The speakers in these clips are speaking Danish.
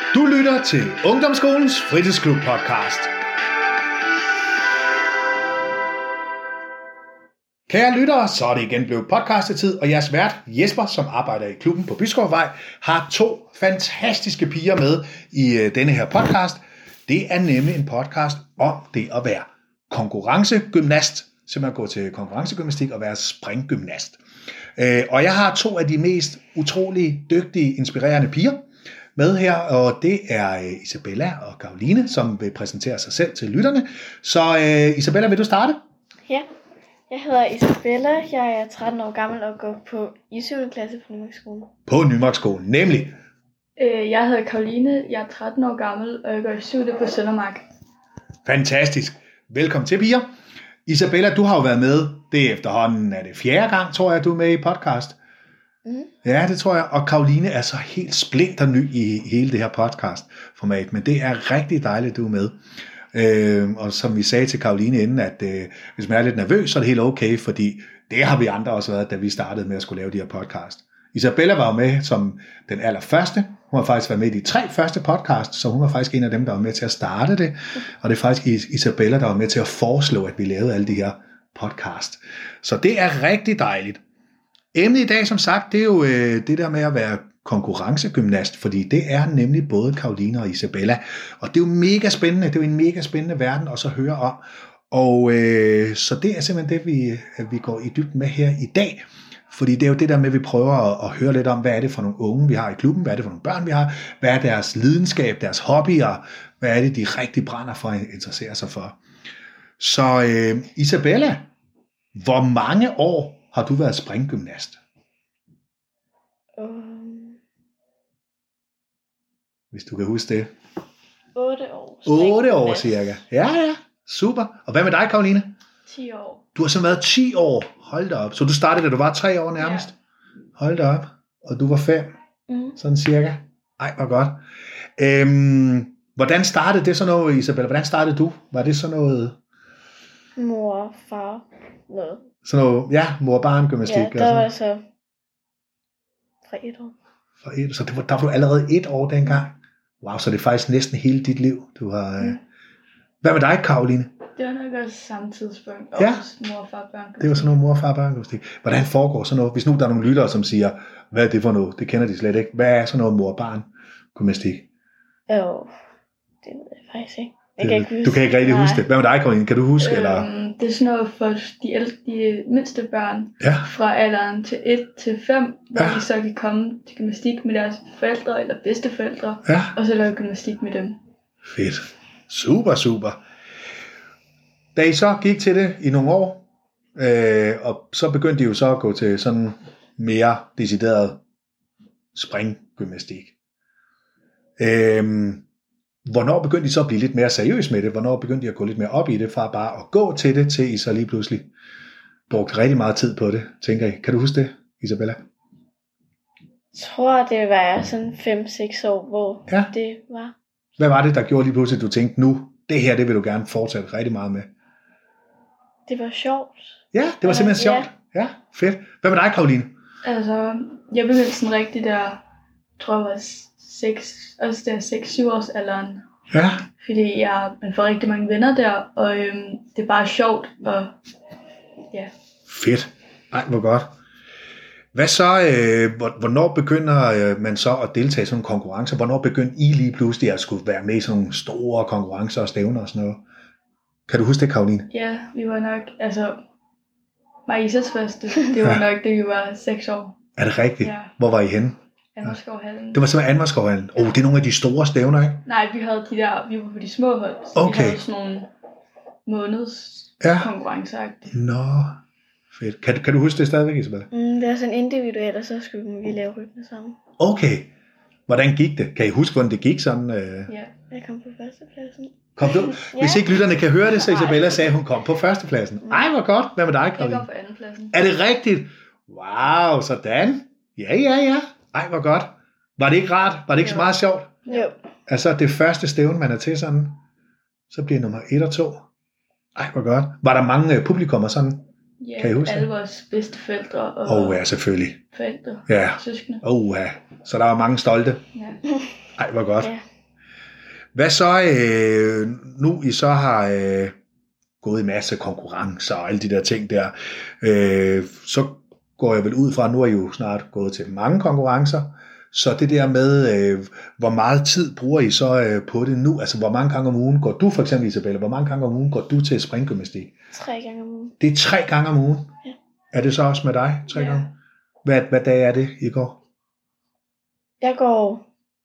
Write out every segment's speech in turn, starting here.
Du lytter til Ungdomsskolens Fritidsklub podcast. Kære lyttere, så er det igen blevet podcastetid, og jeres vært Jesper, som arbejder i klubben på Byskovvej, har 2 fantastiske piger med i denne her podcast. Det er nemlig en podcast om det at være konkurrencegymnast, simpelthen gå til konkurrencegymnastik og være springgymnast. Og jeg har 2 af de mest utrolig dygtige, inspirerende piger med her, og det er Isabella og Caroline, som vil præsentere sig selv til lytterne. Så Isabella, vil du starte? Ja, jeg hedder Isabella, jeg er 13 år gammel og går i 7. klasse på Nymarkskolen. På Nymarkskolen, nemlig? Jeg hedder Caroline, jeg er 13 år gammel, og jeg går i 7. på Søndermark. Fantastisk. Velkommen til, piger. Isabella, du har jo været med, det er efterhånden, er det 4. gang, tror jeg, du er med i podcast? Mm. Ja, det tror jeg. Og Caroline er så helt splinter ny i hele det her podcast-format, men det er rigtig dejligt, du er med. Og som vi sagde til Caroline inden, at hvis man er lidt nervøs, så er det helt okay, fordi det har vi andre også været, da vi startede med at skulle lave de her podcast. Isabella var med som den allerførste. Hun har faktisk været med i de 3 første podcast, så hun var faktisk en af dem, der var med til at starte det. Og det er faktisk Isabella, der var med til at foreslå, at vi lavede alle de her podcast. Så det er rigtig dejligt. Emnet i dag, som sagt, det er jo det der med at være konkurrencegymnast, fordi det er nemlig både Caroline og Isabella. Og det er jo mega spændende, det er jo en mega spændende verden at så høre om. Og så det er simpelthen det, vi går i dybden med her i dag. Fordi det er jo det der med, at vi prøver at høre lidt om, hvad er det for nogle unge, vi har i klubben, hvad er det for nogle børn, vi har, hvad er deres lidenskab, deres hobbyer, hvad er det, de rigtig brænder for at interessere sig for. Så Isabella, hvor mange år har du været springgymnast? Hvis du kan huske det. 8 år. 8 år cirka. Ja, super. Og hvad med dig, Caroline? 10 år. Du har så været 10 år. Hold da op. Så du startede, da du var 3 år nærmest? Ja. Hold da op. Og du var 5? Sådan cirka? Ej, hvor godt. Hvordan startede det sådan noget, Isabella? Hvordan startede du? Var det sådan noget? Mor, far, noget. Sådan noget, ja, mor-barn-gymnastik. Ja, der var så fra 1 år. Fra 1, så der var du allerede 1 år dengang? Wow, så det er faktisk næsten hele dit liv, du har... Hvad med dig, Caroline? Det var nok også samme tidspunkt. Ja. Mor og far børn. Det var sådan noget mor og far børn. Hvordan foregår sådan noget? Hvis nu der er nogle lyttere, som siger, hvad er det for noget? Det kender de slet ikke. Hvad er sådan noget mor og barn gymnastik? Det ved jeg faktisk ikke. Du kan ikke rigtig huske det. Hvad med dig, Caroline? Kan du huske? Eller? Det er sådan noget for de mindste børn. Ja. Fra alderen til 1 til 5, hvor de så kan komme til gymnastik med deres forældre eller bedsteforældre. Ja. Og så lave gymnastik med dem. Fedt. Super, super. Da I så gik til det i nogle år, og så begyndte I jo så at gå til sådan mere decideret springgymnastik. Hvornår begyndte I så at blive lidt mere seriøs med det? Hvornår begyndte I at gå lidt mere op i det, fra bare at gå til det, til I så lige pludselig brugte rigtig meget tid på det, tænker I? Kan du huske det, Isabella? Jeg tror, det var sådan 5-6 år, hvor det var. Hvad var det, der gjorde lige pludselig, at du tænkte, nu, det her, det vil du gerne fortsætte rigtig meget med? Det var sjovt. Ja, det var simpelthen sjovt. Ja, fedt. Hvad med dig, Caroline? Altså, jeg begyndte sådan rigtig der, tror jeg var 6-7 års alderen. Ja. Fordi man får rigtig mange venner der, og det er bare sjovt, og ja. Fedt. Ej, hvor godt. Hvad så, hvornår begynder man så at deltage i sådan nogle konkurrencer? Hvornår begyndte I lige pludselig at skulle være med i sådan nogle store konkurrencer og stævner og sådan noget? Kan du huske det, Caroline? Ja, vi var nok, Marisas første, det var nok, da vi var 6 år. Er det rigtigt? Ja. Hvor var I henne? Anmarskovhallen. Det var simpelthen Anmarskovhallen. Det er nogle af de store stævner, ikke? Nej, vi var på de små hold. Okay. Vi havde sådan nogle måneds konkurrenceagtigt. Nå, fedt. Kan du huske det stadigvæk, Isabella? Det var sådan individuelt, og så skulle vi lave rytme sammen. Okay. Hvordan gik det? Kan I huske, hvordan det gik sådan? Ja, jeg kom på førstepladsen. Kom du? Hvis ikke lytterne kan høre det, så Isabella sagde, at hun kom på førstepladsen. Ej, hvor godt. Hvad med dig, Caroline? Jeg kom på andenpladsen. Er det rigtigt? Wow, sådan. Ja. Ej, hvor godt. Var det ikke rart? Var det ikke så meget sjovt? Jo. Altså, det første stævne, man er til sådan, så bliver nummer 1 og 2. Ej, hvor godt. Var der mange publikummer sådan? Ja, kan I huske alle vores bedsteforældre og ja, selvfølgelig. Forældre, ja. søskende. Ja, så der var mange stolte. Ja. Ej, hvor godt. Ja. Hvad så, nu I så har gået i masse konkurrencer og alle de der ting der, så går jeg vel ud fra, nu er I jo snart gået til mange konkurrencer, så det der med, hvor meget tid bruger I så på det nu? Altså, hvor mange gange om ugen går du, for eksempel Isabella, hvor mange gange om ugen går du til springgymnastik? 3 gange om ugen. Det er 3 gange om ugen? Ja. Er det så også med dig, 3 gange? Hvad dag er det, I går? Jeg går,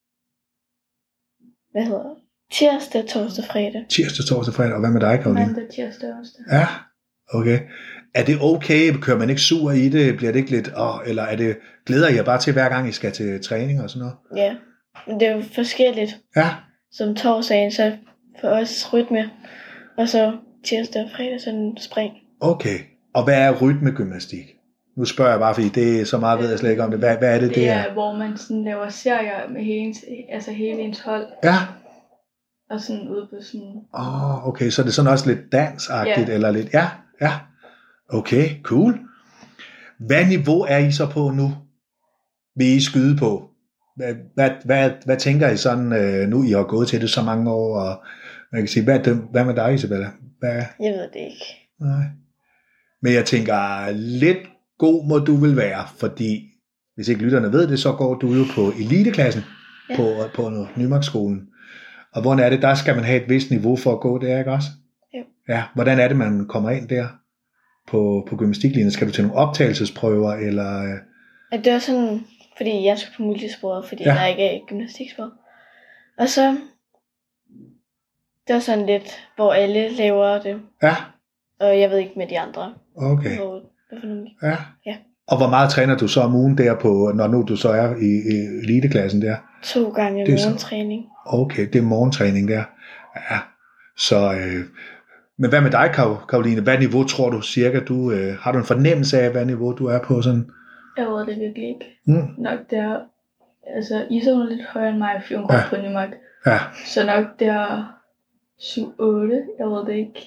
tirsdag, torsdag, fredag. Tirsdag, torsdag, fredag, og hvad med dig, Karoline? Mandag, tirsdag, onsdag. Ja, okay. Er det okay? Kører man ikke sur i det? Bliver det ikke lidt, eller glæder I jer bare til hver gang I skal til træning og sådan noget? Ja, men det er jo forskelligt. Ja. Som torsdagen, så for os rytme, og så tirsdag og fredag, så en spring. Okay, og hvad er rytmegymnastik? Nu spørger jeg bare, fordi det er så meget, ved jeg slet ikke om det. Hvad er det, det er? Hvor man sådan laver serier med hele ens hold. Ja. Og sådan ude på sådan... Okay, så er det sådan også lidt dansagtigt, eller lidt... Ja. Okay, cool. Hvad niveau er I så på nu? Vil I skyde på? Hvad tænker I sådan, nu I har gået til det så mange år, og man kan sige, hvad med dig, Isabella? Jeg ved det ikke. Nej. Men jeg tænker, lidt god må du vel være, fordi hvis ikke lytterne ved det, så går du jo på eliteklassen på Nymarkskolen. Og hvordan er det, der skal man have et vist niveau for at gå der, ikke også? Jo. Ja, hvordan er det, man kommer ind der på gymnastiklinjen? Skal du til nogle optagelsesprøver, eller... Det var sådan, fordi jeg skulle på multisport, fordi der ikke er gymnastiksport. Og så, det var sådan lidt, hvor alle laver det. Ja. Og jeg ved ikke med de andre. Okay. Ja. Og hvor meget træner du så om ugen der på, når nu du så er i eliteklassen der? 2 gange morgentræning. Okay, det er morgentræning der. Ja. Så, men hvad med dig, Karoline? Hvad niveau tror du cirka, har du en fornemmelse af, hvad niveau du er på sådan? Jeg ved det virkelig ikke. Nok der, altså Isa er lidt højere end mig, for hun går på Nymark. Ja. Så nok der 7-8, jeg ved det ikke.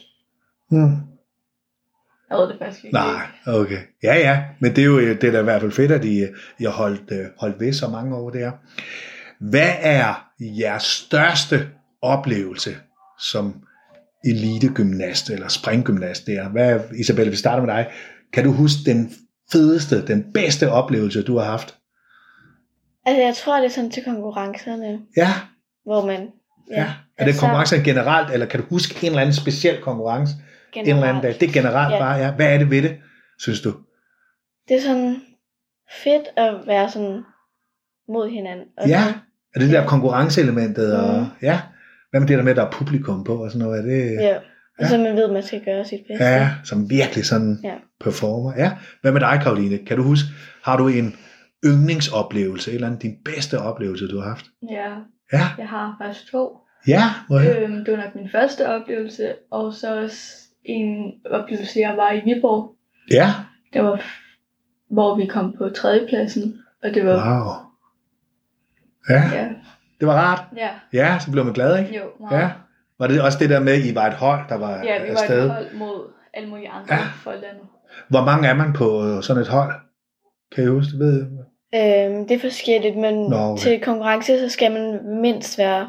Jeg ved det faktisk ikke. Nej, okay. Ja, men det er jo det er da i hvert fald fedt, at I har holdt ved så mange år der. Hvad er jeres største oplevelse som elitegymnast eller springgymnast der? Isabella, vi starter med dig. Kan du huske den fedeste, den bedste oplevelse, du har haft? Altså, jeg tror, det er sådan til konkurrencerne. Ja. Hvor man... Ja. Er det konkurrencer generelt, eller kan du huske en eller anden speciel konkurrence? Generelt. En eller anden dag. Det er generelt bare, ja. Hvad er det ved det, synes du? Det er sådan fedt at være sådan mod hinanden. Og er det der konkurrenceelementet, og hvad med det der med, at der er publikum på, og sådan noget? Er det, ja, og så man ved, at man skal gøre sit bedste. Ja, som virkelig sådan performer. Ja. Hvad med dig, Karoline? Kan du huske, har du en yndlingsoplevelse, eller din bedste oplevelse, du har haft? Ja. Jeg har faktisk 2. Ja, det var nok min første oplevelse, og så også en oplevelse, jeg var i Viborg. Ja. Det var, hvor vi kom på 3. pladsen, og det var... Wow. Ja. Det var rart. Ja, så blev man glad, ikke? Jo, meget. Ja. Var det også det der med, at I var et hold, der var Ja, vi var afsted? et hold mod alle mulige andre for landet. Hvor mange er man på sådan et hold? Kan I huske det? Ved det er forskelligt, men til konkurrence, så skal man mindst være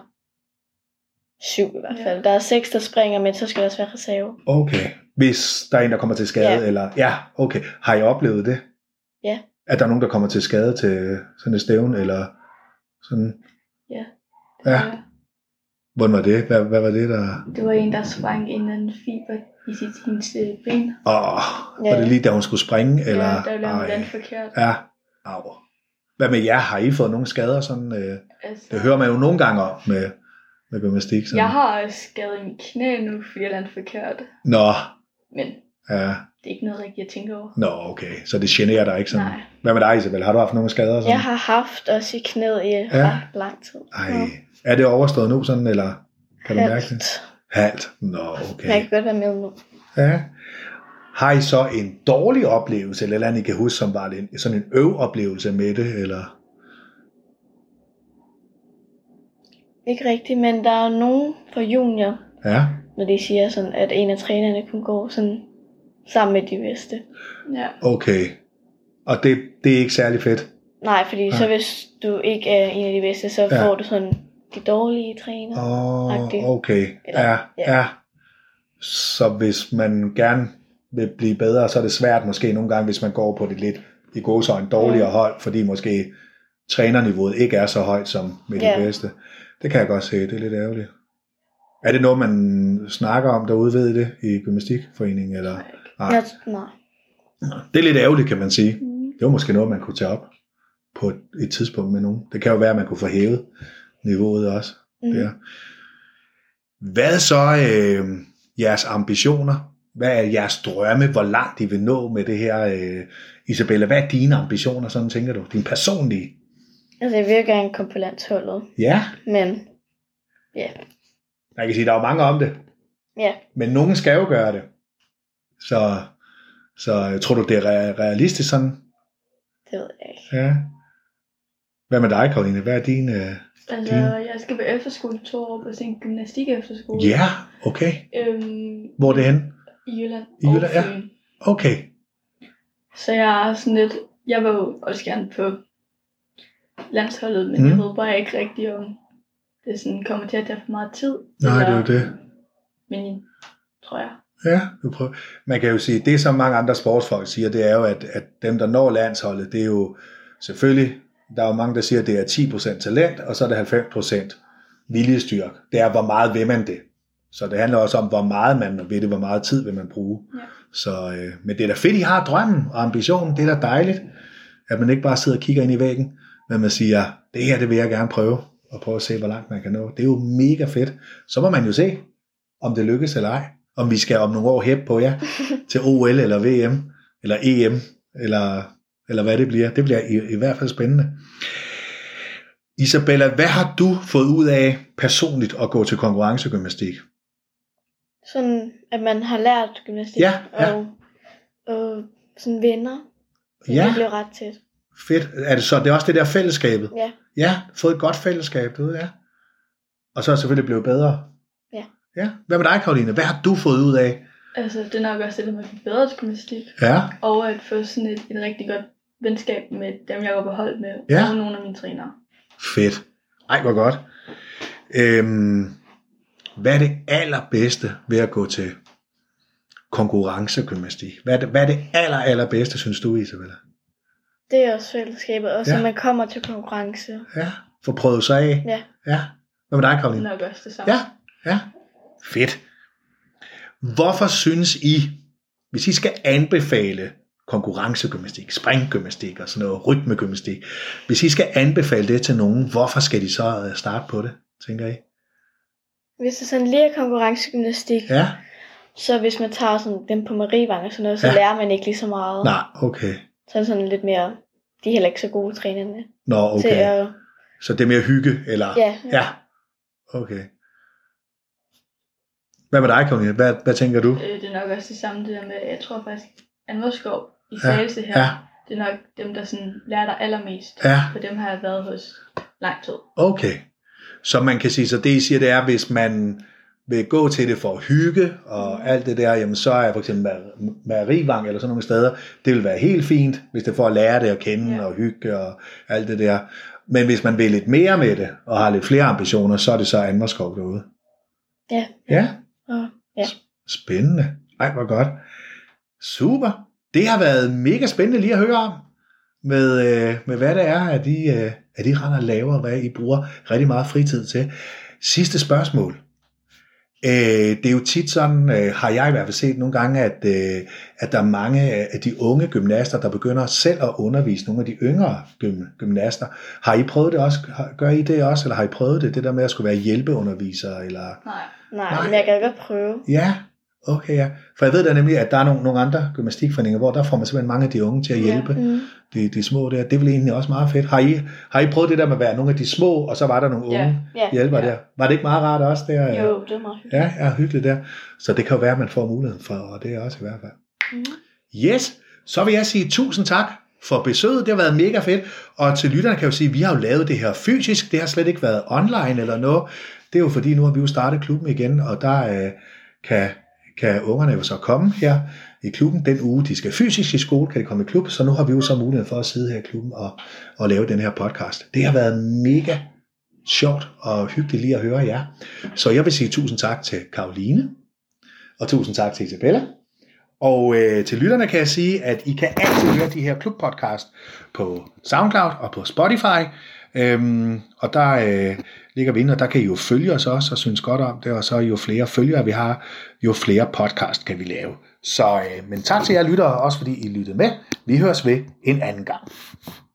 7 i hvert fald. Der er 6, der springer, men så skal der også være reserve. Okay. Hvis der er en, der kommer til skade, eller... Ja, okay. Har I oplevet det? Ja. Er der nogen, der kommer til skade til sådan et stævn, eller sådan? Ja. Ja. Hvordan var det? Hvad var det, der... Det var en, der sprang en eller anden fiber i hendes ben. Var det lige, da hun skulle springe? Eller? Ja, der blev hun landet forkert. Ja. Hvad med jer? Har I fået nogle skader? Sådan, det hører man jo nogle gange om med gymnastik. Sådan. Jeg har skadet i mit knæ nu, fordi jeg landede forkert. Nå. Men det er ikke noget rigtigt, jeg tænker over. Nå, okay. Så det generer dig ikke sådan? Nej. Hvad med dig, Isabel? Har du haft nogle skader? Sådan? Jeg har haft også i knæet i ret lang tid. Ej. Er det overstået nu sådan, eller kan du mærke det? Halvt. Nå, okay. Jeg kan godt være med nu. Ja. Har I så en dårlig oplevelse, eller andet I kan huske, som var sådan en øv-oplevelse med det, eller? Ikke rigtigt, men der er nogen for junior, når de siger sådan, at en af trænerne kunne gå sådan sammen med de bedste. Ja. Okay. Og det er ikke særlig fedt? Nej, fordi så hvis du ikke er en af de bedste, så får du sådan de dårlige trænere. Okay. Ja. Så hvis man gerne vil blive bedre, så er det svært måske nogle gange, hvis man går på det lidt i gåseøjne dårligere hold, fordi måske trænerniveauet ikke er så højt som med de bedste. Det kan jeg godt se, det er lidt ærgerligt. Er det noget, man snakker om derude, ved I det, i gymnastikforeningen? Eller? Nej. Det er lidt ærgerligt, kan man sige. Det var måske noget, man kunne tage op på et tidspunkt med nogen. Det kan jo være, at man kunne få hævet niveauet også. Der. Hvad så jeres ambitioner? Hvad er jeres drømme? Hvor langt I vil nå med det her? Isabella, hvad er dine ambitioner, sådan tænker du? Dine personlige? Altså, jeg vil gerne komme på landsholdet. Ja. Men, Jeg kan sige, der er jo mange om det. Ja. Men nogen skal jo gøre det. Så tror du, det er realistisk sådan? Det ved jeg ikke. Ja. Hvad med dig, Karoline? Hvad er din... Jeg skal på efterskole 2 år på sin gymnastik efterskole. Ja, okay. Hvor er det henne? I Jylland. I Jylland, ja. Okay. Så jeg er sådan lidt... Jeg var jo også gerne på landsholdet, men jeg ved bare ikke rigtigt, om det sådan kommer til at tage for meget tid. Nej, det er jo det. Men tror jeg. Ja, du prøver. Man kan jo sige, det som mange andre sportsfolk siger, det er jo, at dem, der når landsholdet, det er jo selvfølgelig, der er jo mange, der siger, at det er 10% talent, og så er det 90% viljestyrke. Det er, hvor meget vil man det. Så det handler også om, hvor meget man vil det, hvor meget tid vil man bruge. Ja. Så, men det er da fedt, I har drømmen og ambitionen, det er da dejligt, at man ikke bare sidder og kigger ind i væggen, men man siger, det her, det vil jeg gerne prøve, og prøve at se, hvor langt man kan nå. Det er jo mega fedt. Så må man jo se, om det lykkes eller ej. Om vi skal om nogle år hæppe på jer til OL eller VM eller EM eller hvad det bliver. Det bliver i hvert fald spændende. Isabella, hvad har du fået ud af personligt at gå til konkurrencegymnastik? Sådan, at man har lært gymnastik og sådan venner. Det blev ret tæt. Fedt. Er det så det er også det der fællesskabet? Ja. Ja, fået et godt fællesskab derude, ja. Og så er det selvfølgelig blevet bedre. Ja. Hvad med dig, Karoline? Hvad har du fået ud af? Altså, det er nok også det, at man bliver bedre til gymnastik. Ja. Og at få sådan et rigtig godt venskab med dem, jeg går på hold med. Og nogle af mine trænere. Fedt. Ej, hvor godt. Hvad er det allerbedste ved at gå til konkurrencegymnastik? Hvad er det allerbedste, synes du, Isabella? Det er også fællesskabet. Også at man kommer til konkurrence. Ja, få prøvet sig af. Ja. Hvad med dig, Karoline? Nok også det samme. Ja. Fedt. Hvorfor synes I, hvis I skal anbefale konkurrencegymnastik, springgymnastik og sådan noget, rytmegymnastik, hvis I skal anbefale det til nogen, hvorfor skal de så starte på det, tænker I? Hvis det sådan lige er konkurrencegymnastik, så hvis man tager sådan dem på Marievang og sådan noget, så lærer man ikke lige så meget. Nej, okay. Så er det sådan lidt mere, de er heller ikke så gode trænerne. Nå, okay. Så det er mere hygge, eller? Ja. Okay. Hvad med dig, Karoline? Hvad tænker du? Det er nok også det samme, det der med, jeg tror faktisk, Anvorskov i Slagelse her, det er nok dem, der sådan lærer dig allermest. For dem har jeg været hos lang tid. Okay. Så man kan sige, så det I siger, det er, hvis man vil gå til det for at hygge og alt det der, jamen så er for eksempel Marievang eller sådan nogle steder, det vil være helt fint, hvis det er for at lære det at kende og hygge og alt det der. Men hvis man vil lidt mere med det og har lidt flere ambitioner, så er det så Anvorskov derude. Ja. Spændende. Ej, hvor godt. Super. Det har været mega spændende lige at høre om, med hvad det er, at de render og laver, hvad I bruger rigtig meget fritid til. Sidste spørgsmål. Det er jo tit sådan, har jeg i hvert fald set nogle gange, at der er mange af de unge gymnaster, der begynder selv at undervise nogle af de yngre gymnaster. Har I prøvet det også? Gør I det også? Eller har I prøvet det der med at skulle være hjælpeunderviser? Eller? Nej, men jeg kan godt prøve. Ja, okay, ja. For jeg ved da nemlig, at der er nogle andre gymnastikforeninger, hvor der får man simpelthen mange af de unge til at hjælpe de små der. Det er vel egentlig også meget fedt. Har I prøvet det der med at være nogle af de små, og så var der nogle unge hjælpere der? Var det ikke meget rart også der? Jo, det var meget hyggeligt. Ja, hyggeligt der. Så det kan jo være, at man får muligheden for, og det er også i hvert fald. Yes, så vil jeg sige tusind tak for besøget. Det har været mega fedt. Og til lytterne kan jeg jo sige, at vi har jo lavet det her fysisk. Det har slet ikke været online eller noget. Det er jo fordi, nu har vi jo startet klubben igen, og der kan ungerne jo så komme her i klubben. Den uge, de skal fysisk i skole, kan de komme i klub, så nu har vi jo så mulighed for at sidde her i klubben og lave den her podcast. Det har været mega sjovt og hyggeligt lige at høre jer. Så jeg vil sige tusind tak til Caroline, og tusind tak til Isabella. Og til lytterne kan jeg sige, at I kan altid høre de her klubpodcast på SoundCloud og på Spotify. Og der ligger vi inde, og der kan I jo følge os også og synes godt om det, og så jo flere følgere vi har, jo flere podcast kan vi lave. Så men tak til jer lyttere også, fordi I lyttede med. Vi høres ved en anden gang.